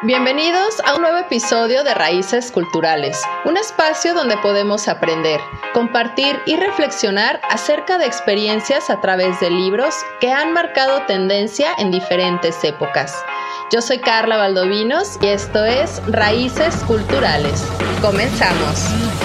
Bienvenidos a un nuevo episodio de Raíces Culturales, un espacio donde podemos aprender, compartir y reflexionar acerca de experiencias a través de libros que han marcado tendencia en diferentes épocas. Yo soy Carla Valdovinos y esto es Raíces Culturales. Comenzamos.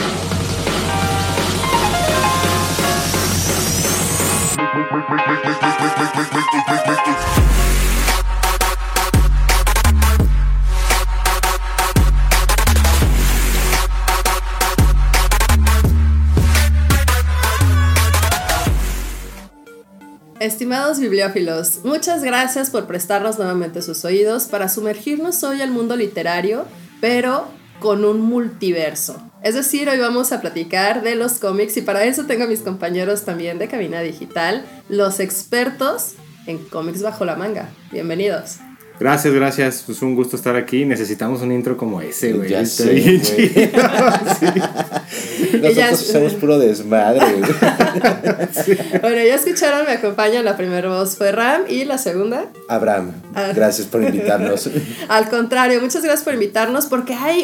Estimados bibliófilos, muchas gracias por prestarnos nuevamente sus oídos para sumergirnos hoy al mundo literario, pero con un multiverso. Es decir, hoy vamos a platicar de los cómics y para eso tengo a mis compañeros también de Cabina Digital, los expertos en cómics bajo la manga. Bienvenidos. Gracias, pues un gusto estar aquí. Necesitamos un intro como ese, güey. Ya sé, güey. Sí. Nosotros somos puro desmadre, güey. Sí. Bueno, ya escucharon, me acompaña, la primera voz fue Ram y la segunda Abraham. Gracias por invitarnos. Al contrario, muchas gracias por invitarnos porque hay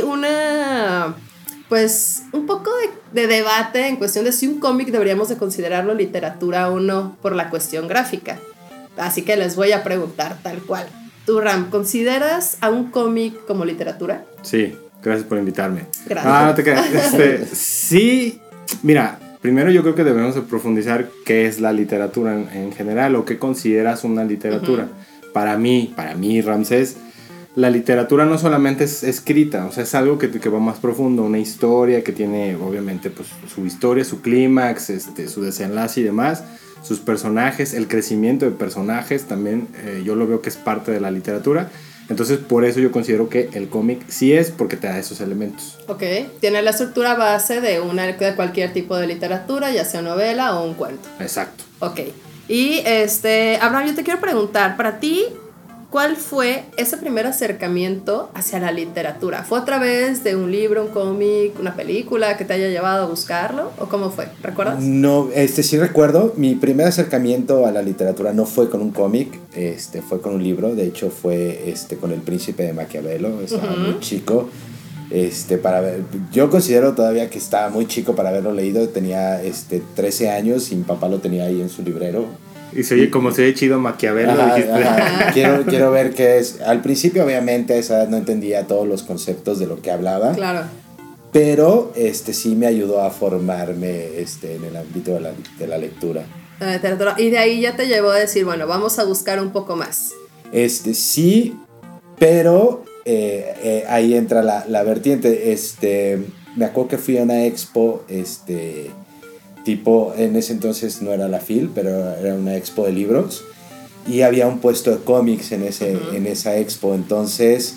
un poco de debate en cuestión de si un cómic deberíamos de considerarlo literatura o no por la cuestión gráfica. Así que les voy a preguntar tal cual. Tú, Ram, ¿consideras a un cómic como literatura? Sí, gracias por invitarme. Gracias. No te creas. Sí, mira, primero yo creo que debemos de profundizar qué es la literatura en general o qué consideras una literatura. Uh-huh. Para mí, Ramsés, la literatura no solamente es escrita, o sea, es algo que va más profundo, una historia que tiene obviamente pues, su historia, su clímax, su desenlace y demás. Sus personajes, el crecimiento de personajes también yo lo veo que es parte de la literatura. Entonces por eso yo considero que el cómic sí es, porque te da esos elementos. Ok, tiene la estructura base de cualquier tipo de literatura, ya sea novela o un cuento. Exacto. Ok, y Abraham, yo te quiero preguntar, para ti, ¿cuál fue ese primer acercamiento hacia la literatura? ¿Fue a través de un libro, un cómic, una película que te haya llevado a buscarlo? ¿O cómo fue? ¿Recuerdas? No, sí recuerdo. Mi primer acercamiento a la literatura no fue con un cómic, fue con un libro. De hecho, fue con El Príncipe de Maquiavelo. Estaba muy chico. Para ver, yo considero todavía que estaba muy chico para haberlo leído. Tenía 13 años y mi papá lo tenía ahí en su librero. Y se oye como se oye chido Maquiavelo. Quiero ver qué es. Al principio obviamente a esa edad no entendía todos los conceptos de lo que hablaba. Claro. Pero sí me ayudó a formarme en el ámbito de la lectura. Y de ahí ya te llevó a decir, bueno, vamos a buscar un poco más. Sí, pero ahí entra la vertiente. Me acuerdo que fui a una expo, tipo, en ese entonces no era la FIL, pero era una expo de libros y había un puesto de cómics en esa expo. Entonces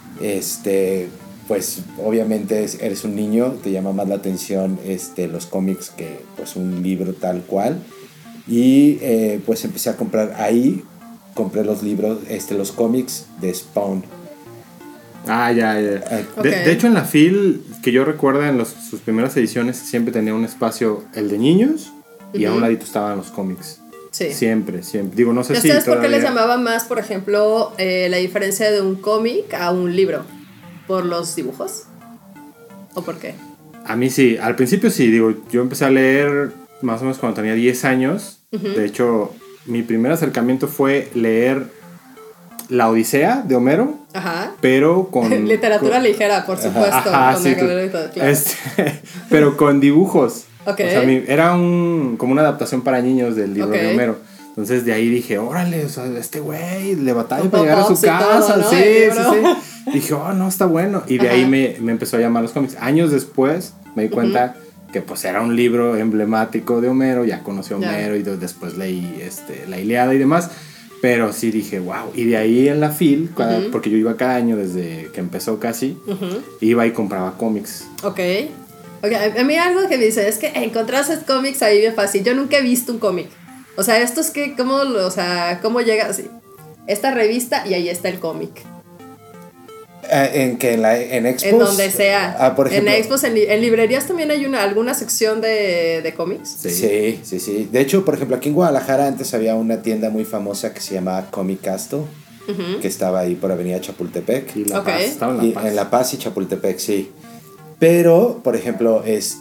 pues obviamente eres un niño, te llama más la atención los cómics que pues un libro tal cual, y pues empecé a comprar ahí, compré los libros, los cómics de Spawn. Ya. Okay. De hecho, en la FIL, que yo recuerdo en sus primeras ediciones, siempre tenía un espacio, el de niños, y a un ladito estaban los cómics. Sí. Siempre. Digo, no sé si ¿Sabes por qué les llamaba más, por ejemplo, la diferencia de un cómic a un libro? ¿Por los dibujos? ¿O por qué? A mí sí, al principio sí, digo, yo empecé a leer más o menos cuando tenía 10 años. Uh-huh. De hecho, mi primer acercamiento fue leer La Odisea de Homero. Ajá. Pero con literatura ligera, por supuesto. Ajá, sí, claro. Pero con dibujos. Okay. O sea, era como una adaptación para niños del libro de Homero. Entonces de ahí dije, órale, o sea, güey le batalla para llegar a su casa. Todo, ¿no? Sí. Dije, no, está bueno. Y de ahí me empezó a llamar los cómics. Años después me di cuenta que pues era un libro emblemático de Homero. Ya conocí a Homero y después leí la Ilíada y demás. Pero sí dije, wow. Y de ahí en la FIL, porque yo iba cada año desde que empezó casi, iba y compraba cómics. Ok. A mí algo que me dice es que encontrarse cómics ahí bien fácil. Yo nunca he visto un cómic. O sea, esto es que, ¿cómo llega así? Esta revista y ahí está el cómic. ¿En qué? ¿En expos? En donde sea. Por ejemplo, en expos, en librerías también hay alguna sección de cómics. Sí. De hecho, por ejemplo, aquí en Guadalajara antes había una tienda muy famosa que se llamaba Comic Castle. que estaba ahí por Avenida Chapultepec. Y La Ok. Paz, estaba en La Paz. En La Paz y Chapultepec, sí. Pero, por ejemplo,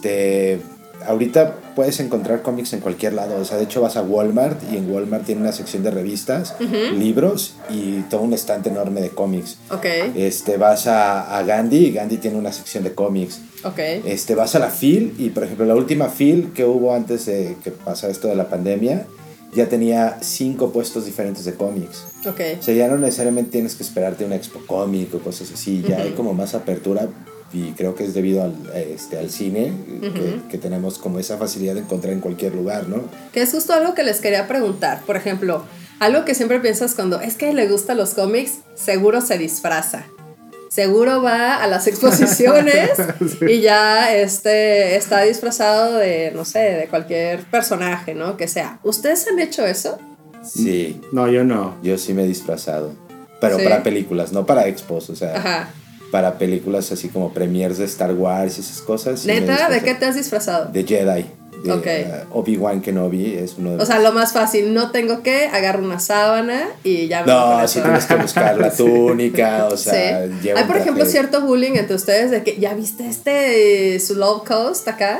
ahorita puedes encontrar cómics en cualquier lado. O sea, de hecho vas a Walmart y en Walmart tiene una sección de revistas, libros y todo un estante enorme de cómics. Ok, Vas a Gandhi y Gandhi tiene una sección de cómics. ok. Vas a la FIL y, por ejemplo, la última FIL que hubo antes de que pasara esto de la pandemia ya tenía 5 puestos diferentes de cómics. Ok. O sea, ya no necesariamente tienes que esperarte una expo cómic o cosas así, ya hay como más apertura y creo que es debido al cine que tenemos como esa facilidad de encontrar en cualquier lugar, ¿no? Que es justo algo que les quería preguntar. Por ejemplo, algo que siempre piensas cuando es que le gustan los cómics, seguro se disfraza. Seguro va a las exposiciones Sí. y ya está disfrazado de, no sé, de cualquier personaje, ¿no? Que sea. ¿Ustedes han hecho eso? Sí, No, yo no. yo sí me he disfrazado, pero ¿Sí? para películas, no para expos, o sea, Ajá. para películas así como premiers de Star Wars y esas cosas. Sí me he ¿Neta? ¿De disfrazado. qué te has disfrazado? De Jedi. De, Ok. Obi-Wan Kenobi es uno de O sea, lo más fácil, no tengo que agarrar una sábana y ya me voy con No, eso. sí tienes que buscar la túnica, o sea, Sí. lleva Hay, un por ejemplo, traje. cierto bullying entre ustedes de que, ¿ya viste su Love Coast acá?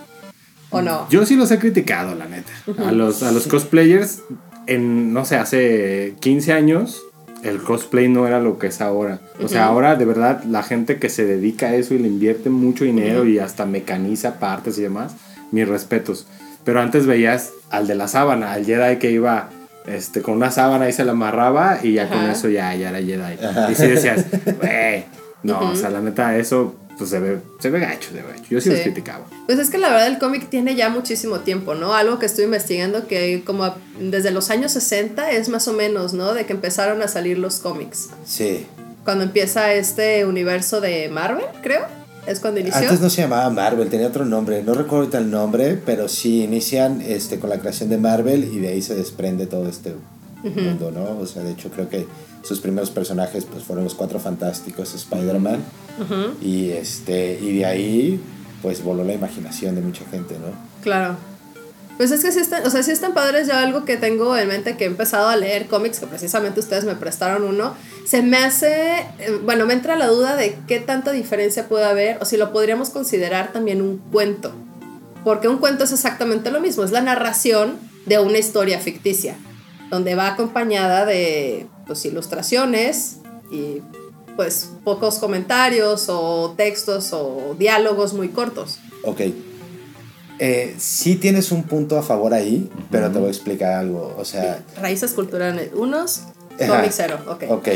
¿O no? Yo sí los he criticado, la neta. A los cosplayers, no sé, hace 15 años, el cosplay no era lo que es ahora. O sea, ahora de verdad la gente que se dedica a eso y le invierte mucho dinero y hasta mecaniza partes y demás, mis respetos. Pero antes veías al de la sábana, al Jedi que iba con una sábana y se la amarraba y ya con Ajá. eso ya era Jedi. Y si decías, no, o sea, la neta, eso pues se ve gacho, se ve gacho. Yo sí los criticaba. Pues es que la verdad el cómic tiene ya muchísimo tiempo, ¿no? Algo que estoy investigando que como desde los años 60 es más o menos, ¿no? De que empezaron a salir los cómics. Sí. Cuando empieza este universo de Marvel, creo. Es cuando inició. Antes no se llamaba Marvel, tenía otro nombre. No recuerdo ahorita el nombre, pero sí inician con la creación de Marvel y de ahí se desprende todo este mundo, ¿no? O sea, de hecho creo que sus primeros personajes pues fueron los Cuatro Fantásticos, Spider-Man. Y de ahí pues voló la imaginación de mucha gente, ¿no? Claro. Pues es que sí están, o sea, sí están padres. Yo algo que tengo en mente que he empezado a leer cómics, que precisamente ustedes me prestaron uno, se me hace, bueno, me entra la duda de qué tanta diferencia puede haber o si lo podríamos considerar también un cuento. Porque un cuento es exactamente lo mismo, es la narración de una historia ficticia, donde va acompañada de pues ilustraciones y pues pocos comentarios o textos o diálogos muy cortos. Ok. Sí tienes un punto a favor ahí, pero te voy a explicar algo. O sea, Raíces culturales, unos, Ajá. cómic cero, ok. Ok.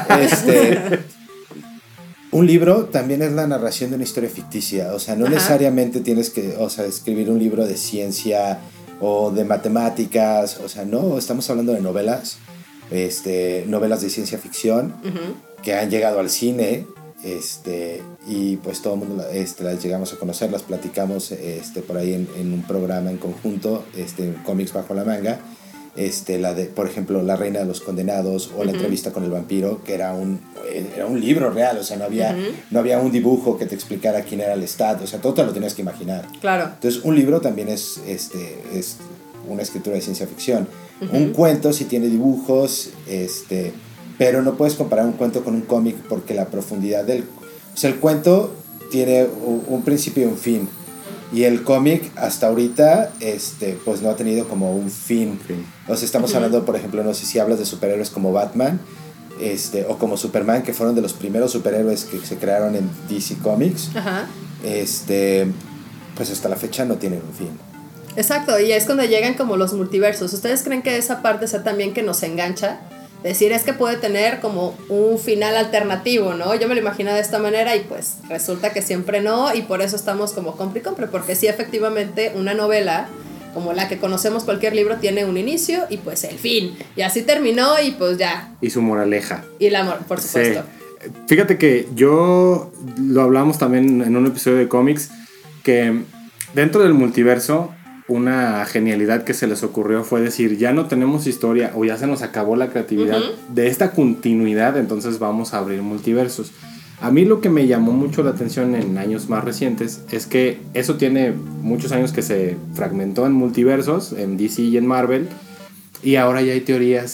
Un libro también es la narración de una historia ficticia. O sea, no Ajá. necesariamente tienes que, o sea, escribir un libro de ciencia o de matemáticas. O sea, no, estamos hablando de novelas, novelas de ciencia ficción que han llegado al cine. Y pues todo el mundo las llegamos a conocer, las platicamos por ahí en un programa en conjunto, Cómics Bajo la Manga, la de, por ejemplo, La Reina de los Condenados o La Entrevista con el Vampiro, que era un libro real, o sea, no había un dibujo que te explicara quién era el Lestat, o sea, todo te lo tenías que imaginar. Claro. Entonces, un libro también es una escritura de ciencia ficción. Un cuento sí tiene dibujos, pero no puedes comparar un cuento con un cómic porque la profundidad o sea, el cuento tiene un principio y un fin. Y el cómic hasta ahorita, pues no ha tenido como un fin. O sea, estamos hablando, por ejemplo, no sé si hablas de superhéroes como Batman, o como Superman, que fueron de los primeros superhéroes que se crearon en DC Comics. Ajá. Pues hasta la fecha no tienen un fin. Exacto, y es cuando llegan como los multiversos. ¿Ustedes creen que esa parte sea también que nos engancha? Decir, es que puede tener como un final alternativo, ¿no? Yo me lo imagino de esta manera y pues resulta que siempre no, y por eso estamos como compre y compre, porque sí, efectivamente, una novela, como la que conocemos, cualquier libro, tiene un inicio y pues el fin. Y así terminó y pues ya. Y su moraleja. Y el amor, por supuesto. Sí. Fíjate que yo lo hablamos también en un episodio de cómics, que dentro del multiverso una genialidad que se les ocurrió fue decir, ya no tenemos historia o ya se nos acabó la creatividad de esta continuidad, entonces vamos a abrir multiversos. A mí lo que me llamó mucho la atención en años más recientes es que eso tiene muchos años que se fragmentó en multiversos, en DC y en Marvel, y ahora ya hay teorías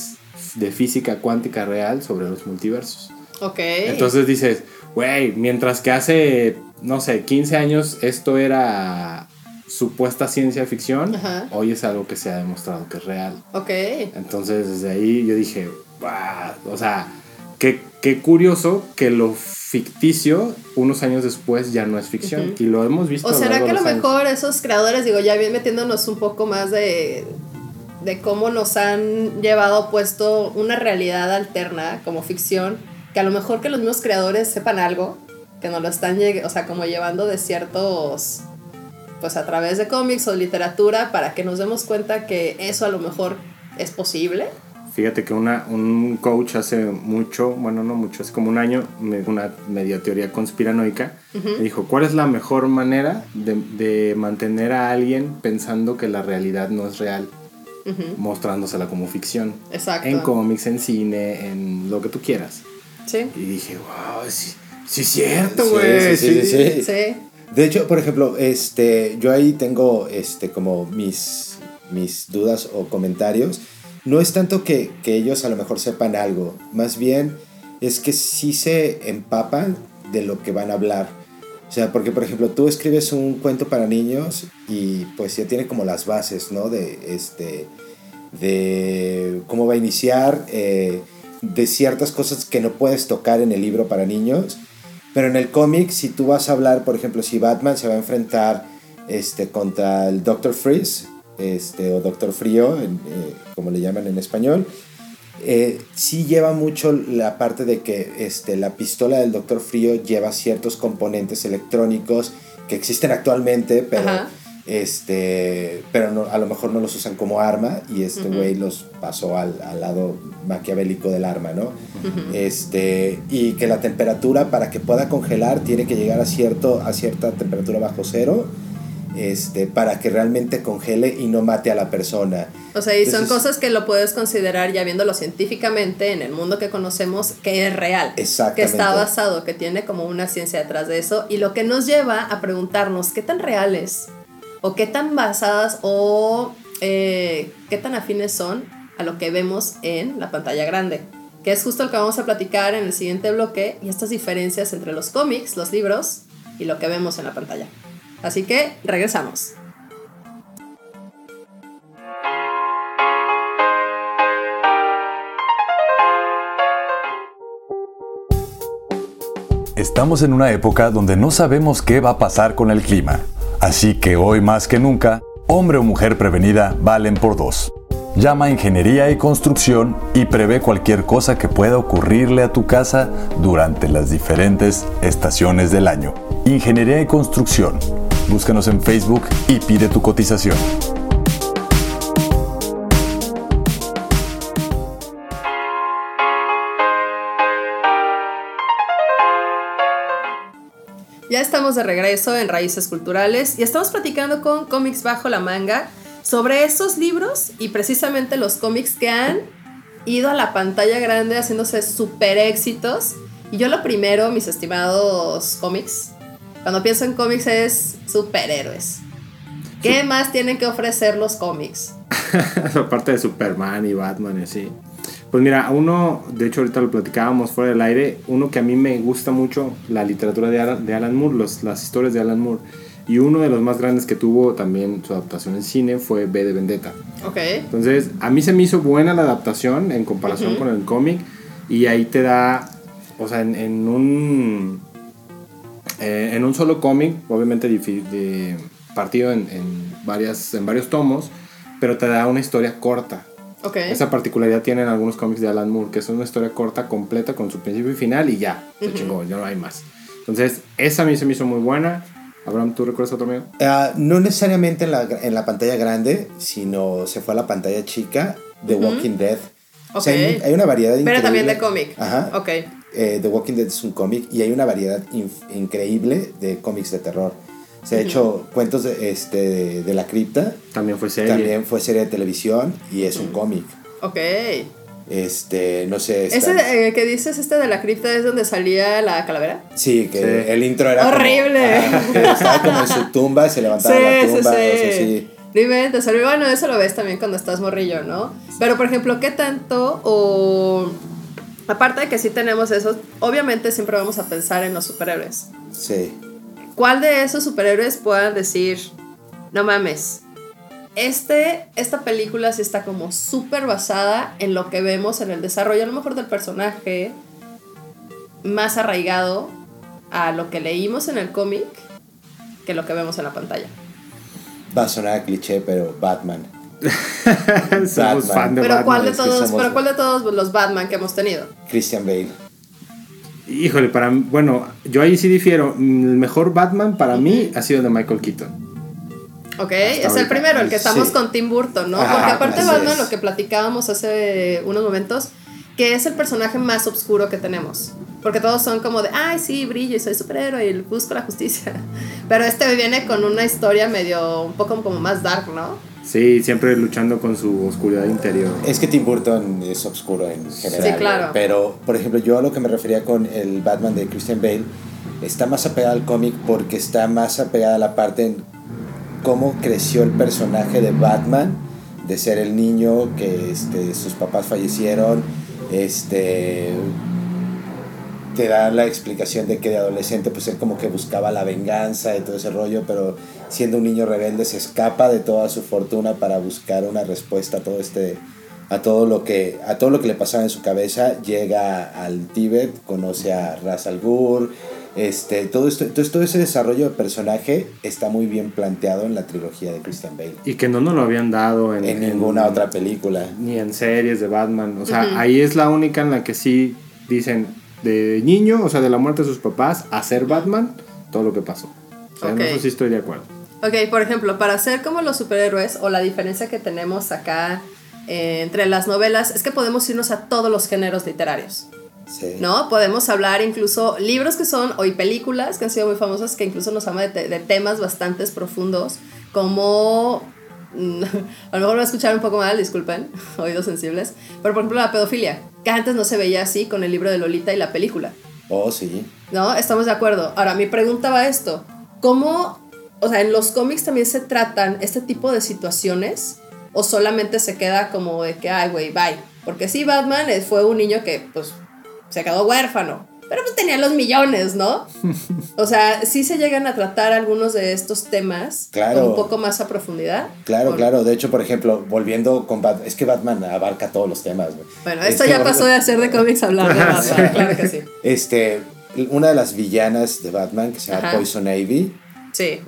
de física cuántica real sobre los multiversos. Ok. Entonces dices, güey, mientras que hace, no sé, 15 años esto era supuesta ciencia ficción, Ajá. hoy es algo que se ha demostrado que es real. Ok. Entonces desde ahí yo dije, wow, o sea, qué curioso que lo ficticio unos años después ya no es ficción. Y lo hemos visto. ¿O será que a lo años. mejor esos creadores, digo, ya bien metiéndonos un poco más de cómo nos han llevado puesto una realidad alterna como ficción, que a lo mejor que los mismos creadores sepan algo, que nos lo están o sea, como llevando de ciertos, pues a través de cómics o literatura, para que nos demos cuenta que eso a lo mejor es posible? Fíjate que un coach hace mucho, bueno, no mucho, hace como un año, una media teoría conspiranoica, me dijo, ¿cuál es la mejor manera de mantener a alguien pensando que la realidad no es real? Mostrándosela como ficción. Exacto. En cómics, en cine, en lo que tú quieras. Sí. Y dije, wow, sí es cierto, güey. Sí. Sí. De hecho, por ejemplo, yo ahí tengo como mis dudas o comentarios. No es tanto que ellos a lo mejor sepan algo, más bien es que sí se empapan de lo que van a hablar. O sea, porque por ejemplo tú escribes un cuento para niños y pues ya tiene como las bases, ¿no? De cómo va a iniciar, de ciertas cosas que no puedes tocar en el libro para niños. Pero en el cómic, si tú vas a hablar, por ejemplo, si Batman se va a enfrentar contra el Dr. Freeze, o Doctor Frío, como le llaman en español, sí lleva mucho la parte de que la pistola del Doctor Frío lleva ciertos componentes electrónicos que existen actualmente, pero no, a lo mejor no los usan como arma, y güey los pasó al lado maquiavélico del arma, ¿no? Y que la temperatura para que pueda congelar tiene que llegar a cierta temperatura bajo cero, para que realmente congele y no mate a la persona. O sea, y entonces, son cosas que lo puedes considerar, ya viéndolo científicamente en el mundo que conocemos, que es real. Exactamente. Que está basado, que tiene como una ciencia detrás de eso, y lo que nos lleva a preguntarnos qué tan reales o qué tan basadas o qué tan afines son a lo que vemos en la pantalla grande, que es justo lo que vamos a platicar en el siguiente bloque, y estas diferencias entre los cómics, los libros y lo que vemos en la pantalla. Así que regresamos. Estamos en una época donde no sabemos qué va a pasar con el clima. Así que hoy más que nunca, hombre o mujer prevenida valen por dos. Llama a Ingeniería y Construcción y prevé cualquier cosa que pueda ocurrirle a tu casa durante las diferentes estaciones del año. Ingeniería y Construcción. Búscanos en Facebook y pide tu cotización. Ya estamos de regreso en Raíces Culturales y estamos platicando con Cómics Bajo la Manga sobre esos libros y precisamente los cómics que han ido a la pantalla grande haciéndose súper éxitos. Y yo lo primero, mis estimados cómics, cuando pienso en cómics es superhéroes. ¿Qué más tienen que ofrecer los cómics? Aparte de Superman y Batman y así. Pues mira, uno, de hecho ahorita lo platicábamos fuera del aire, uno que a mí me gusta mucho, la literatura de Alan Moore, las historias de Alan Moore. Y uno de los más grandes que tuvo también su adaptación en cine fue V de Vendetta. Ok. Entonces, a mí se me hizo buena la adaptación en comparación con el cómic. Y ahí te da, o sea, en un solo cómic, obviamente partido en varios tomos, pero te da una historia corta. Okay. Esa particularidad tienen algunos cómics de Alan Moore, que es una historia corta, completa, con su principio y final, y ya, se chingó, ya no hay más. Entonces, esa a mí se me hizo muy buena. Abraham, ¿tú recuerdas otro amigo? No necesariamente en la pantalla grande, sino se fue a la pantalla chica, The Walking Dead. Okay. O sea, hay una variedad increíble. Pero también de cómic. Ajá. Ok. The Walking Dead es un cómic y hay una variedad increíble de cómics de terror. Se ha hecho cuentos de la cripta. También fue serie. También fue serie de televisión y es un cómic. Ok. No sé. ¿Ese que dices, de la cripta, es donde salía la calavera? Sí, que el intro era horrible. Como, que estaba como en su tumba, se levantaba la tumba. Sí. O sea, sí. No inventes, bueno, eso lo ves también cuando estás morrillo, ¿no? Pero, por ejemplo, ¿qué tanto o... Aparte de que sí tenemos eso, obviamente siempre vamos a pensar en los superhéroes. Sí. ¿Cuál de esos superhéroes puedan decir, no mames, esta película sí está como súper basada en lo que vemos en el desarrollo, a lo mejor del personaje, más arraigado a lo que leímos en el cómic que lo que vemos en la pantalla? Va a sonar cliché, pero Batman. Somos fan de pero Batman. ¿cuál de todos los Batman que hemos tenido? Christian Bale. Híjole, bueno, yo ahí sí difiero. El mejor Batman para mí ha sido de Michael Keaton. Ok, es el primero, el que estamos con Tim Burton, ¿no? Porque aparte Batman, lo que platicábamos hace unos momentos, que es el personaje más oscuro que tenemos. Porque todos son como de, ay, sí, brillo y soy superhéroe y busco la justicia. Pero viene con una historia medio, un poco como más dark, ¿no? Sí, siempre luchando con su oscuridad interior. Es que Tim Burton es oscuro en general. Sí, claro. Pero, por ejemplo, yo a lo que me refería con el Batman de Christian Bale, está más apegado al cómic porque está más apegada a la parte en cómo creció el personaje de Batman, de ser el niño que sus papás fallecieron, te da la explicación de que de adolescente pues él como que buscaba la venganza y todo ese rollo, pero siendo un niño rebelde se escapa de toda su fortuna para buscar una respuesta a todo lo que le pasaba en su cabeza. Llega al Tíbet, conoce a Ra's al Ghul, todo ese desarrollo de personaje está muy bien planteado en la trilogía de Christian Bale. Y que no nos lo habían dado en ninguna otra película. Ni en series de Batman. O sea, ahí es la única en la que sí dicen de niño, o sea, de la muerte de sus papás a ser Batman, todo lo que pasó. O sea, en eso sí estoy de acuerdo. Ok, por ejemplo, para ser como los superhéroes, o la diferencia que tenemos acá entre las novelas, es que podemos irnos a todos los géneros literarios. Sí. ¿No? Podemos hablar incluso libros que son, o y películas que han sido muy famosas, que incluso nos hablan de temas bastante profundos, como... a lo mejor voy a escuchar un poco mal, disculpen, oídos sensibles, pero por ejemplo la pedofilia, que antes no se veía así con el libro de Lolita y la película. Oh, sí. ¿No? Estamos de acuerdo. Ahora, mi pregunta va a esto: ¿cómo, o sea, en los cómics también se tratan este tipo de situaciones? ¿O solamente se queda como de que, ay, güey, bye? Porque sí, Batman fue un niño que, pues, se quedó huérfano, pero pues tenía los millones, ¿no? O sea, ¿sí se llegan a tratar algunos de estos temas con un poco más a profundidad? Claro. De hecho, por ejemplo, volviendo con Batman, es que Batman abarca todos los temas, güey. Bueno, esto ya pasó de hacer de cómics a hablar de Batman, claro que sí. Una de las villanas de Batman, que se llama Poison Ivy, sí.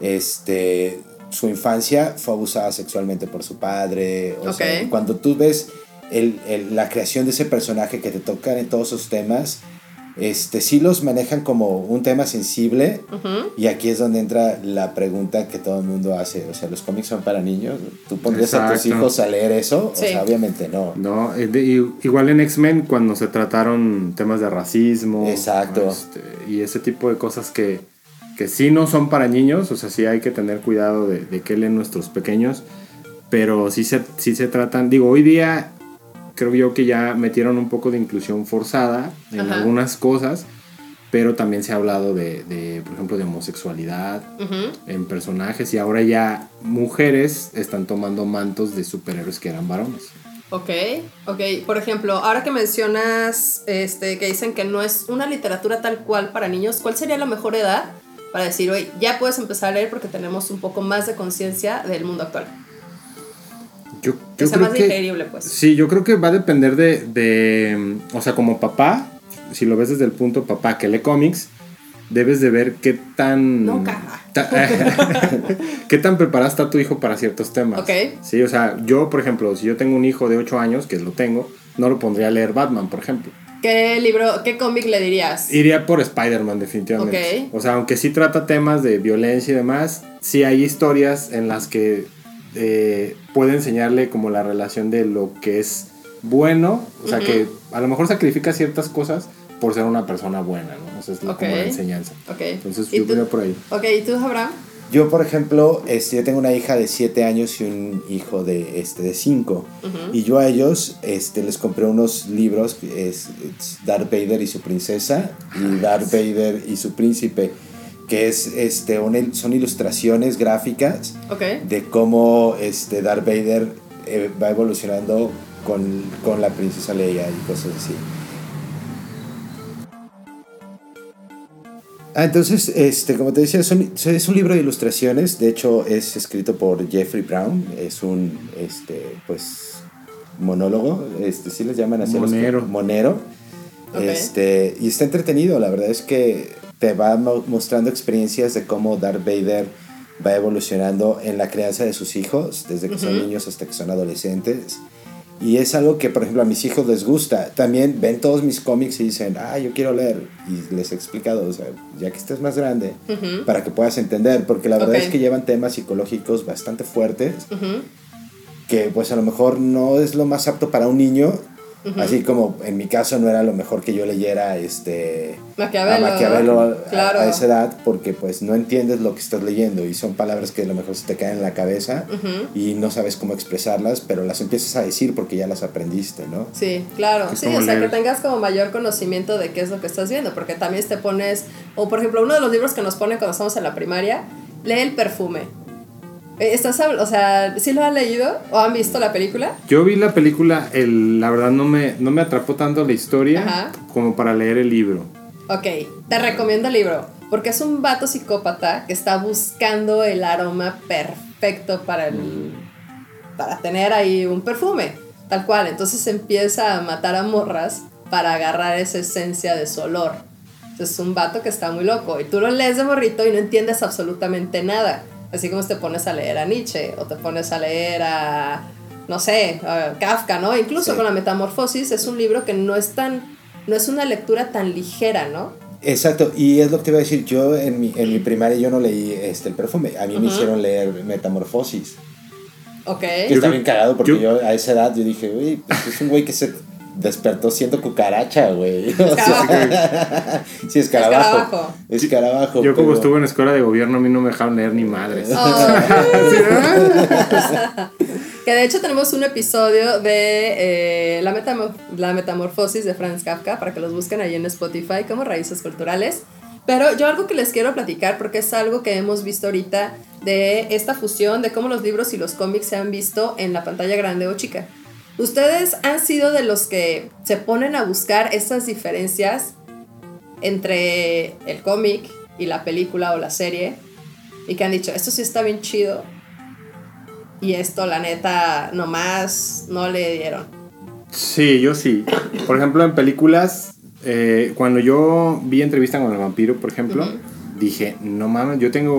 Su infancia fue abusada sexualmente por su padre. O sea, cuando tú ves la creación de ese personaje que te tocan en todos esos temas, sí los manejan como un tema sensible. Y aquí es donde entra la pregunta que todo el mundo hace. O sea, ¿los cómics son para niños? ¿Tú pondrías a tus hijos a leer eso? Sí. O sea, obviamente no. No, igual en X-Men cuando se trataron temas de racismo. Exacto. Y ese tipo de cosas que sí no son para niños. O sea, sí hay que tener cuidado de qué leen nuestros pequeños. Pero sí se tratan. Digo, hoy día creo yo que ya metieron un poco de inclusión forzada en algunas cosas, pero también se ha hablado de por ejemplo, de homosexualidad en personajes, y ahora ya mujeres están tomando mantos de superhéroes que eran varones. Ok. Por ejemplo, ahora que mencionas que dicen que no es una literatura tal cual para niños, ¿cuál sería la mejor edad para decir, oye, ya puedes empezar a leer porque tenemos un poco más de conciencia del mundo actual? Yo que sea creo más digerible, pues. Sí, yo creo que va a depender de o sea, como papá, si lo ves desde el punto papá que lee cómics, debes de ver qué tan... No, caja. qué tan preparado está tu hijo para ciertos temas. Ok. Sí, o sea, yo, por ejemplo, si yo tengo un hijo de 8 años, que lo tengo, no lo pondría a leer Batman, por ejemplo. ¿Qué cómic le dirías? Iría por Spider-Man, definitivamente. Ok. O sea, aunque sí trata temas de violencia y demás, sí hay historias en las que puede enseñarle como la relación de lo que es bueno, o sea, que a lo mejor sacrifica ciertas cosas por ser una persona buena, ¿no? O sea, es como la enseñanza. Entonces yo iría por ahí. Ok, ¿y tú, Abraham? Yo, por ejemplo, yo tengo una hija de 7 años y un hijo de 5. Y yo a ellos les compré unos libros, es Darth Vader y su princesa y Darth Vader y su príncipe, que es son ilustraciones gráficas Ok. de cómo Darth Vader va evolucionando con la princesa Leia y cosas así. Entonces, como te decía, es un libro de ilustraciones. De hecho, es escrito por Jeffrey Brown. Es un pues monólogo, sí les llaman así. Monero. Monero. Okay. Y está entretenido. La verdad es que te va mostrando experiencias de cómo Darth Vader va evolucionando en la crianza de sus hijos, desde que son niños hasta que son adolescentes. Y es algo que, por ejemplo, a mis hijos les gusta. También ven todos mis cómics y dicen, yo quiero leer. Y les he explicado, o sea, ya que estés más grande, para que puedas entender. Porque la verdad es que llevan temas psicológicos bastante fuertes, que pues a lo mejor no es lo más apto para un niño. Así como en mi caso no era lo mejor que yo leyera Maquiavelo, a Maquiavelo claro. a esa edad, porque pues no entiendes lo que estás leyendo y son palabras que a lo mejor se te caen en la cabeza y no sabes cómo expresarlas, pero las empiezas a decir porque ya las aprendiste, ¿no? Sí, claro. Sí, o sea, leer. que tengas como mayor conocimiento de qué es lo que estás viendo, porque también te pones, o por ejemplo, uno de los libros que nos ponen cuando estamos en la primaria, lee El perfume. O sea, ¿sí lo han leído o han visto la película? Yo vi la película, la verdad no me atrapó tanto la historia como para leer el libro. Ok, te recomiendo el libro, porque es un vato psicópata que está buscando el aroma perfecto para tener ahí un perfume, tal cual. Entonces empieza a matar a morras para agarrar esa esencia de su olor. Entonces es un vato que está muy loco y tú lo lees de morrito y no entiendes absolutamente nada. Así como te pones a leer a Nietzsche o te pones a leer a, no sé, a Kafka, ¿no? Incluso con la Metamorfosis es un libro que no es una lectura tan ligera, ¿no? Exacto, y es lo que te iba a decir. Yo en mi primaria yo no leí el perfume. A mí me hicieron leer Metamorfosis. Ok. Que está bien cagado porque yo a esa edad yo dije, uy, pues es un güey que se despertó siendo cucaracha, güey. Sí, escarabajo. Escarabajo. Yo como estuve en escuela de gobierno, a mí no me dejaron leer ni madres. Que de hecho tenemos un episodio de la Metamorfosis de Franz Kafka, para que los busquen ahí en Spotify como Raíces Culturales. Pero yo algo que les quiero platicar, porque es algo que hemos visto ahorita, de esta fusión, de cómo los libros y los cómics se han visto en la pantalla grande o chica. ¿Ustedes han sido de los que se ponen a buscar estas diferencias entre el cómic y la película o la serie? Y que han dicho, esto sí está bien chido, y esto la neta nomás no le dieron. Sí, yo sí. Por ejemplo, en películas, cuando yo vi Entrevista con el vampiro, por ejemplo, dije, no mames, yo tengo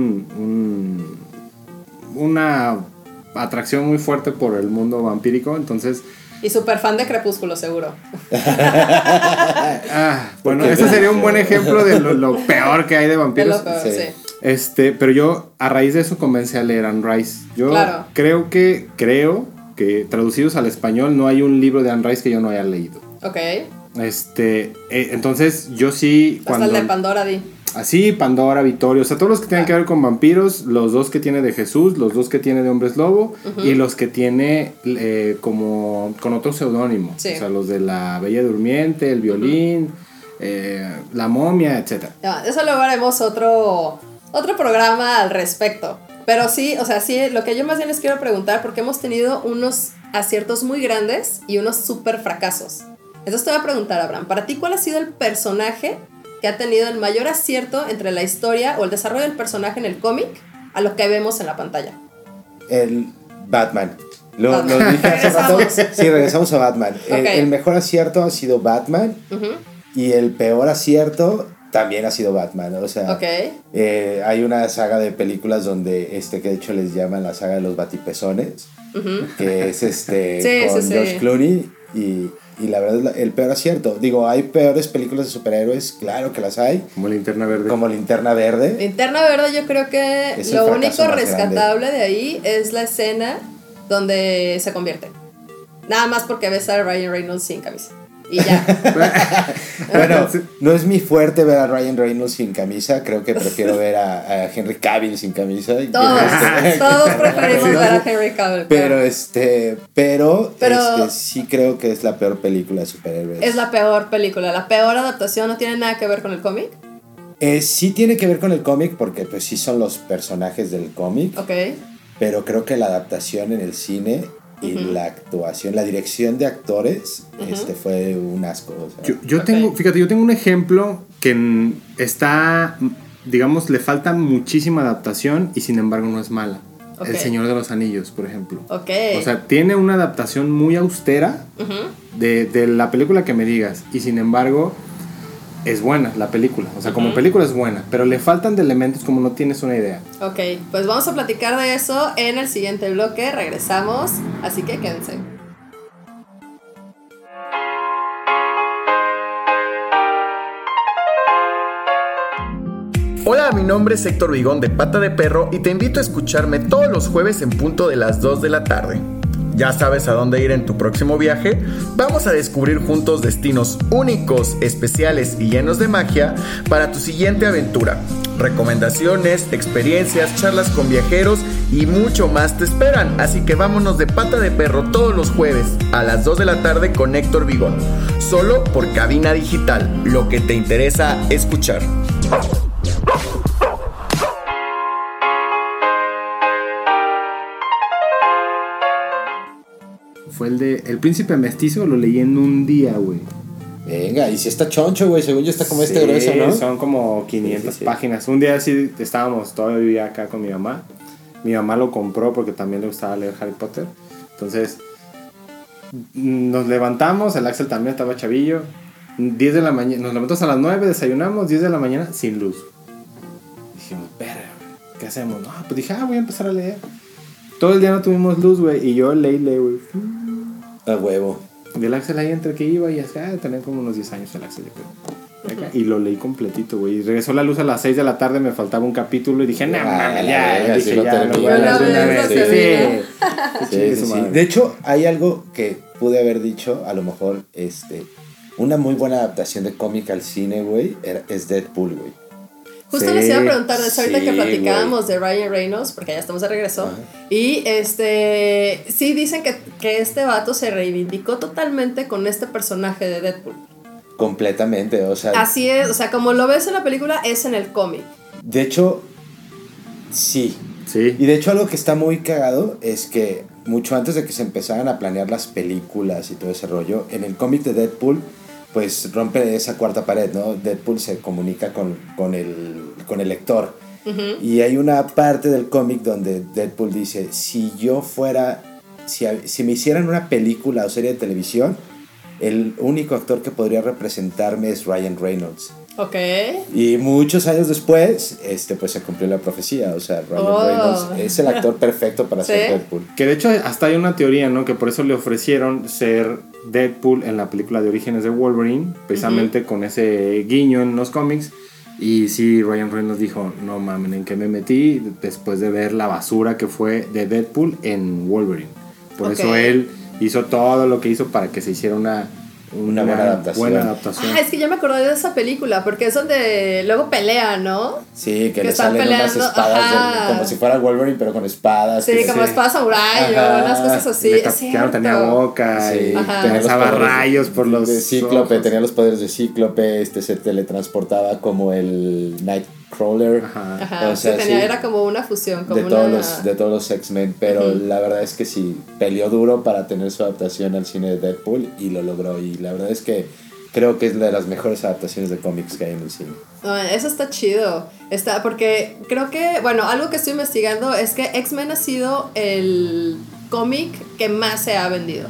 una atracción muy fuerte por el mundo vampírico, entonces... Y súper fan de Crepúsculo, seguro. Bueno, ese sería un buen ejemplo de lo peor que hay de vampiros. De lo peor, sí. Pero yo a raíz de eso comencé a leer Anne Rice. Yo creo que traducidos al español no hay un libro de Anne Rice que yo no haya leído. Ok. Entonces yo sí... Hasta el de Pandora, di. Así, Pandora, Vittorio, o sea, todos los que tienen que ver con vampiros, los dos que tiene de Jesús, los dos que tiene de Hombres Lobo, y los que tiene como con otro seudónimo, o sea, los de la Bella Durmiente, el Violín, la Momia, etc. Eso luego haremos otro programa al respecto. Pero sí, o sea, sí, lo que yo más bien les quiero preguntar, porque hemos tenido unos aciertos muy grandes y unos súper fracasos. Entonces te voy a preguntar, Abraham, para ti, ¿cuál ha sido el personaje que ha tenido el mayor acierto entre la historia o el desarrollo del personaje en el cómic a lo que vemos en la pantalla? El Batman. Lo dije hace rato. Sí, regresamos a Batman. Okay. El mejor acierto ha sido Batman. Y el peor acierto también ha sido Batman. O sea, hay una saga de películas donde que de hecho les llaman la saga de los batipezones, que es con George Clooney y la verdad es el peor acierto. Digo, hay peores películas de superhéroes, claro que las hay. Como Linterna Verde. Linterna Verde, yo creo que lo único rescatable de ahí es la escena donde se convierte. Nada más porque ves a Ryan Reynolds sin camisa. Y ya. Bueno, no es mi fuerte ver a Ryan Reynolds sin camisa. Creo que prefiero ver a Henry Cavill sin camisa. Todos preferimos ver a Henry Cavill. Pero sí creo que es la peor película de superhéroes. Es la peor película. La peor adaptación no tiene nada que ver con el cómic. Sí tiene que ver con el cómic porque pues sí son los personajes del cómic. Ok. Pero creo que la adaptación en el cine y la actuación, la dirección de actores, fue un asco. O sea. Yo tengo, fíjate, yo tengo un ejemplo que está, digamos, le falta muchísima adaptación y sin embargo no es mala. Ok. El Señor de los Anillos, por ejemplo. Ok. O sea, tiene una adaptación muy austera de la película que me digas y sin embargo es buena la película. O sea, como película es buena, pero le faltan de elementos como no tienes una idea. Ok, pues vamos a platicar de eso en el siguiente bloque. Regresamos, así que quédense. Hola, mi nombre es Héctor Vigón de Pata de Perro y te invito a escucharme todos los jueves en punto de las 2 de la tarde. ¿Ya sabes a dónde ir en tu próximo viaje? Vamos a descubrir juntos destinos únicos, especiales y llenos de magia para tu siguiente aventura. Recomendaciones, experiencias, charlas con viajeros y mucho más te esperan. Así que vámonos de Pata de Perro todos los jueves a las 2 de la tarde con Héctor Vigón. Solo por Cabina Digital, lo que te interesa escuchar. Fue el Príncipe Mestizo, lo leí en un día, güey. Venga, y si está choncho, güey, según yo está como grueso, ¿no? Son como 500 Sí. páginas. Un día sí estábamos, todavía vivía acá con mi mamá. Mi mamá lo compró porque también le gustaba leer Harry Potter. Entonces, nos levantamos, el Axel también estaba chavillo. 10 de la mañana, nos levantamos a las 9, desayunamos, 10 de la mañana, sin luz. Dijimos, verga, ¿qué hacemos? No, pues dije, voy a empezar a leer. Todo el día no tuvimos luz, güey, y yo leí, güey. A huevo. Y el Axel ahí entre que iba y así, tenía como unos 10 años el Axel, yo creo. Y lo leí completito, güey. Y regresó la luz a las 6 de la tarde, me faltaba un capítulo y dije, no, mames, ya. sí Dije, lo ya, terminé. lo voy a leer de una vez. Sí. De hecho, hay algo que pude haber dicho, a lo mejor, una muy buena adaptación de cómic al cine, güey, es Deadpool, güey. Justo Sí, les iba a preguntar de eso ahorita sí, que platicábamos de Ryan Reynolds, porque ya estamos de regreso. Ajá. Y sí dicen que este vato se reivindicó totalmente con este personaje de Deadpool. Completamente, o sea. Así es, o sea, como lo ves en la película, es en el cómic. De hecho, sí. Sí. Y de hecho algo que está muy cagado es que mucho antes de que se empezaran a planear las películas y todo ese rollo, en el cómic de Deadpool, pues rompe esa cuarta pared, ¿no? Deadpool se comunica con el lector. Y hay una parte del cómic donde Deadpool dice, si me hicieran una película o serie de televisión, el único actor que podría representarme es Ryan Reynolds. Ok. Y muchos años después, pues se cumplió la profecía. O sea, Ryan Reynolds es el actor perfecto para ser Deadpool. Que de hecho hasta hay una teoría, ¿no? Que por eso le ofrecieron ser Deadpool en la película de Orígenes de Wolverine, precisamente con ese guiño en los cómics. Y sí, Ryan Reynolds dijo, no mames, ¿en qué me metí? Después de ver la basura que fue de Deadpool en Wolverine. Por eso él hizo todo lo que hizo para que se hiciera una buena adaptación. Es que yo me acordé de esa película, porque es donde luego pelea, ¿no? Sí, que le están salen peleando, unas espadas, como si fuera Wolverine, pero con espadas. Sí, como espada samurai o unas cosas así. Ya no tenía boca y lanzaba rayos por los de Cíclope, ojos. tenía los poderes de Cíclope, se teletransportaba como el Nightcrawler. O sea, era como una fusión, como de todos los X-Men, pero la verdad es que sí, peleó duro para tener su adaptación al cine de Deadpool y lo logró, y la verdad es que creo que es de las mejores adaptaciones de cómics que hay en el cine. Eso está chido. Porque creo que, bueno, algo que estoy investigando es que X-Men ha sido el cómic que más se ha vendido.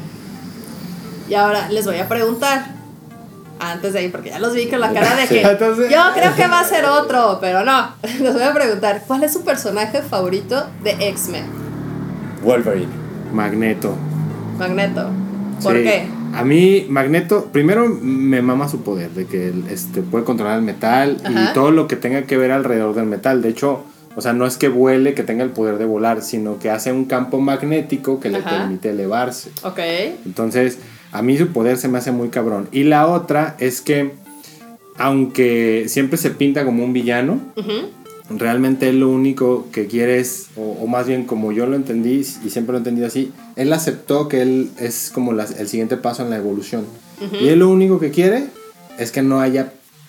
Y ahora les voy a preguntar, antes de ir, porque ya los vi con la cara de que Entonces, yo creo que va a ser otro, pero no. Les voy a preguntar, ¿cuál es su personaje favorito de X-Men? Wolverine. Magneto. Magneto. ¿Por Sí. qué? A mí, Magneto, primero me mama su poder, de que él puede controlar el metal y todo lo que tenga que ver alrededor del metal. De hecho, o sea, no es que vuele, que tenga el poder de volar, sino que hace un campo magnético que le permite elevarse. Ok. Entonces, a mí su poder se me hace muy cabrón. Y la otra es que, aunque siempre se pinta como un villano, realmente él lo único que quiere es, o más bien como yo lo entendí y siempre lo he entendido así, él aceptó que él es como el siguiente paso en la evolución. Y él lo único que quiere es que no haya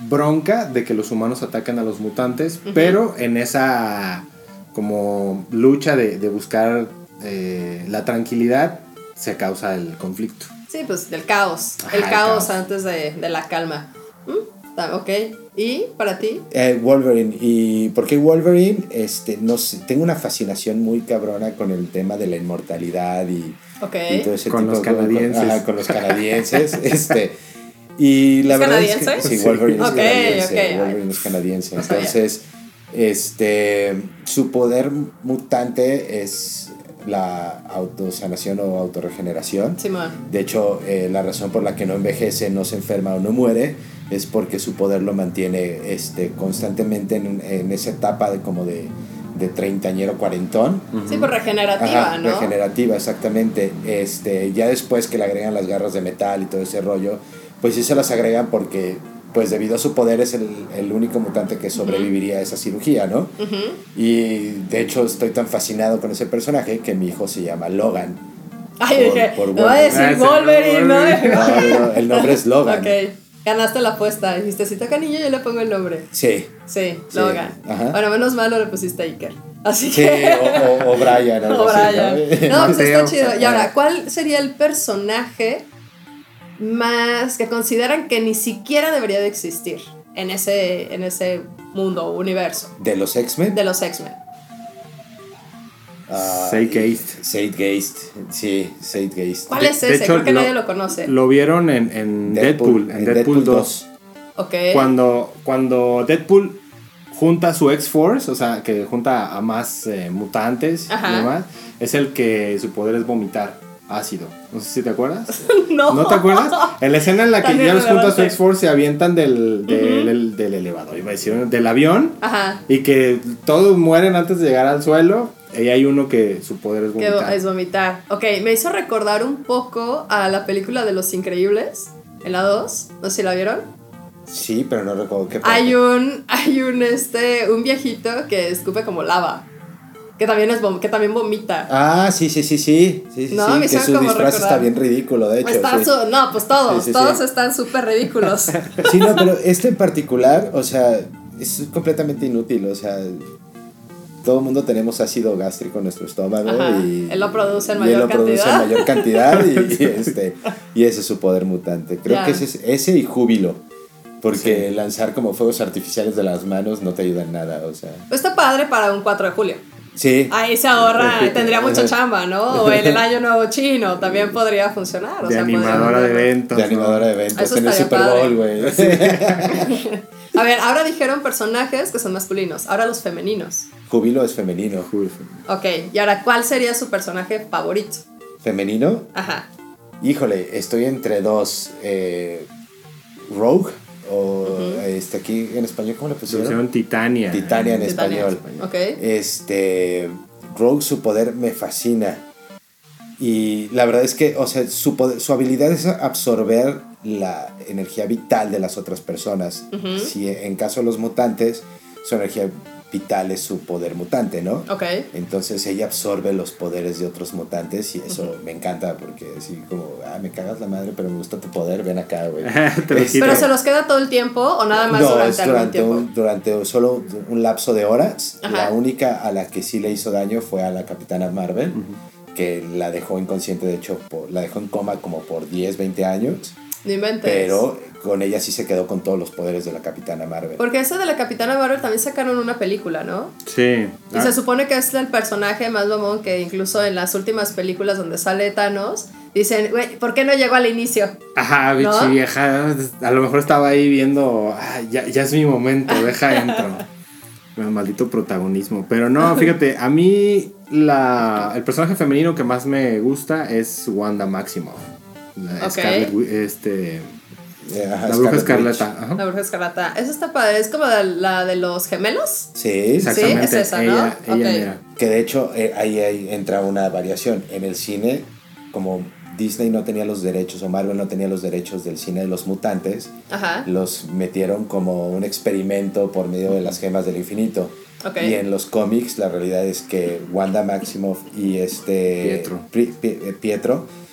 bronca de que los humanos atacan a los mutantes, pero en esa como lucha de buscar la tranquilidad se causa el conflicto. Sí, pues del caos. Ajá, el el caos caos. antes de la calma. Ok. ¿Y para ti? Wolverine. ¿Y por qué Wolverine? No sé, tengo una fascinación muy cabrona con el tema de la inmortalidad y todo ese Con tipo los canadienses. con los canadienses. Y la ¿Es verdad canadiense? es que sí, Wolverine es Ok, canadiense. ok. Wolverine es canadiense. No sabía. Entonces, su poder mutante es la autosanación o autorregeneración. Simón. De hecho, la razón por la que no envejece, no se enferma o no muere es porque su poder lo mantiene constantemente en esa etapa de treintañero cuarentón. Sí, pues regenerativa, Ajá, ¿no? regenerativa, exactamente. Ya después que le agregan las garras de metal y todo ese rollo, pues sí se las agregan porque, pues debido a su poder, es el único mutante que sobreviviría a esa cirugía, ¿no? Y de hecho estoy tan fascinado con ese personaje que mi hijo se llama Logan. Ay, dije, por no voy a decir Wolverine, ¿no? No, el nombre es Logan. Ok, ganaste la apuesta. Dijiste, si toca niño, yo le pongo el nombre. Sí. Sí, Logan. Ajá. Bueno, menos mal no le pusiste Iker. Así Sí, que... o Brian. O Brian. No, pues está Mateo. chido. Y ahora, ¿cuál sería el personaje más que consideran que ni siquiera debería de existir en ese mundo o universo De los X-Men. de los X-Men? Zeitgeist. Zeitgeist. Sí, Zeitgeist. ¿Cuál es De ese? hecho, Creo que nadie lo conoce. Lo vieron en Deadpool. En Deadpool 2. Ok. Cuando Deadpool junta su X-Force, o sea, que junta a más mutantes Ajá. y demás, es el que su poder es vomitar ácido. No sé si te acuerdas. No. ¿No te acuerdas? En la escena en la que Tan ya los junta su irrelevante. X-Force se avientan del elevador, iba a decir, del avión, Ajá. y que todos mueren antes de llegar al suelo, y hay uno que su poder es Que vomitar. es vomitar. Ok, me hizo recordar un poco a la película de Los Increíbles, en la 2. No sé si la vieron. Sí, pero no recuerdo qué parte. Hay un viejito que escupe como lava. Que también vomita. Ah, sí. No, me que hicieron su como disfraz recordar. está bien ridículo, de hecho. Están Sí. no, pues todos Sí. están súper ridículos. Sí, no, pero en particular, o sea, es completamente inútil, o sea, todo el mundo tenemos ácido gástrico en nuestro estómago. Ajá, y él lo produce en y mayor él lo produce cantidad. en mayor cantidad y ese es su poder mutante. Creo Ya. que ese y júbilo, porque lanzar como fuegos artificiales de las manos no te ayuda en nada, o sea. Pues está padre para un 4 de julio. Sí. Ahí se ahorra, tendría mucha chamba, ¿no? O en el Año Nuevo Chino también podría funcionar. O De sea, animadora de eventos. De animadora de ¿no? eventos Eso en el estaría Super padre. Bowl, güey. A ver, ahora dijeron personajes que son masculinos, ahora los femeninos. Júbilo es femenino. Ok, y ahora, ¿cuál sería su personaje favorito? ¿Femenino? Ajá. Híjole, estoy entre dos. Rogue o aquí en español, ¿cómo le Se pusieron? pusieron Titania. Titania en Titania. español. Ok. Rogue, su poder me fascina. Y la verdad es que, o sea, su habilidad es absorber la energía vital de las otras personas. Si en caso de los mutantes, su energía vital es su poder mutante, ¿no? Ok. Entonces ella absorbe los poderes de otros mutantes y eso me encanta porque así como, me cagas la madre, pero me gusta tu poder, ven acá, güey. Te lo quito. ¿Pero se los queda todo el tiempo o nada más No, durante es algún tiempo? durante solo un lapso de horas. Ajá. La única a la que sí le hizo daño fue a la Capitana Marvel, que la dejó inconsciente, de hecho, la dejó en coma como por 10, 20 años. No inventes. Pero con ella sí se quedó con todos los poderes de la Capitana Marvel. Porque ese de la Capitana Marvel también sacaron una película, ¿no? Sí. Y se supone que es el personaje más mamón que incluso en las últimas películas donde sale Thanos, dicen, güey, ¿por qué no llegó al inicio? Ajá, bichi ¿No? vieja. A lo mejor estaba ahí viendo, ya es mi momento, deja entro. Bueno, maldito protagonismo. Pero no, fíjate, a mí el personaje femenino que más me gusta es Wanda Maximoff. La Ok. La bruja escarlata. Witch. Ajá. La Bruja Escarlata. Eso está padre. Es como la de los gemelos. Sí, Exactamente. Sí, es esa, ¿no? Ella, Ok. mira. que de hecho ahí entra una variación. En el cine, como Disney no tenía los derechos o Marvel no tenía los derechos del cine de los mutantes, Ajá. los metieron como un experimento por medio de las gemas del infinito. Ok. Y en los cómics la realidad es que Wanda Maximoff y Pietro. Pietro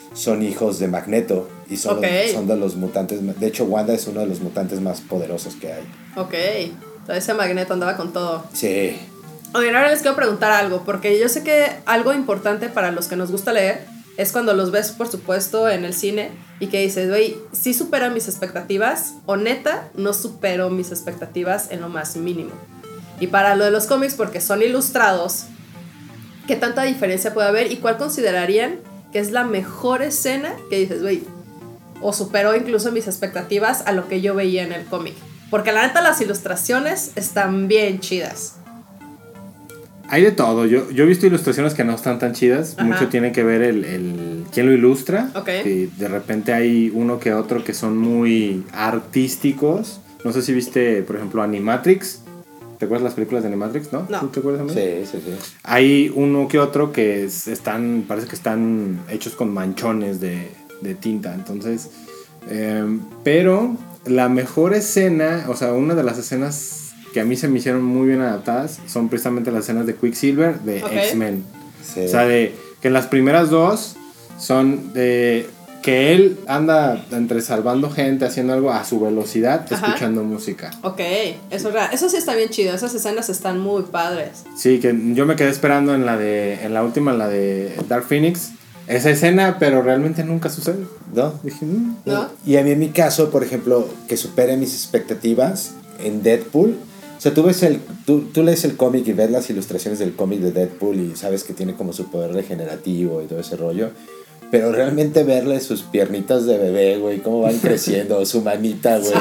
son hijos de Magneto y son de los mutantes. De hecho, Wanda es uno de los mutantes más poderosos que hay. Ok, entonces ese Magneto andaba con todo. Sí. Oye, ahora les quiero preguntar algo, porque yo sé que algo importante para los que nos gusta leer es cuando los ves, por supuesto, en el cine y que dices, güey, ¿sí supera mis expectativas? O neta, no supero mis expectativas en lo más mínimo. Y para lo de los cómics, porque son ilustrados, ¿qué tanta diferencia puede haber? ¿Y cuál considerarían que es la mejor escena que dices, güey, o superó incluso mis expectativas a lo que yo veía en el cómic? Porque la neta las ilustraciones están bien chidas. Hay de todo. Yo he visto ilustraciones que no están tan chidas. Ajá. Mucho tiene que ver el quién lo ilustra. Okay. Y de repente hay uno que otro que son muy artísticos. No sé si viste, por ejemplo, Animatrix. ¿Te acuerdas las películas de Animatrix? ¿No? No. ¿Tú te acuerdas, amigo? Sí. Hay uno que otro que parece que están hechos con manchones de tinta. Entonces, pero la mejor escena, o sea, una de las escenas que a mí se me hicieron muy bien adaptadas son precisamente las escenas de Quicksilver de X-Men. Sí. O sea, de que en las primeras dos son de que él anda entre salvando gente, haciendo algo a su velocidad, escuchando música. Ok, eso sí está bien chido. Esas escenas están muy padres. Sí, que yo me quedé esperando en la última, en la de Dark Phoenix, esa escena, pero realmente nunca sucede. ¿No? Dije, ¿No? Y a mí en mi caso, por ejemplo, que supere mis expectativas en Deadpool. O sea, tú lees el cómic y ves las ilustraciones del cómic de Deadpool y sabes que tiene como su poder regenerativo y todo ese rollo. Pero realmente verle sus piernitas de bebé, güey, cómo van creciendo, su manita, güey,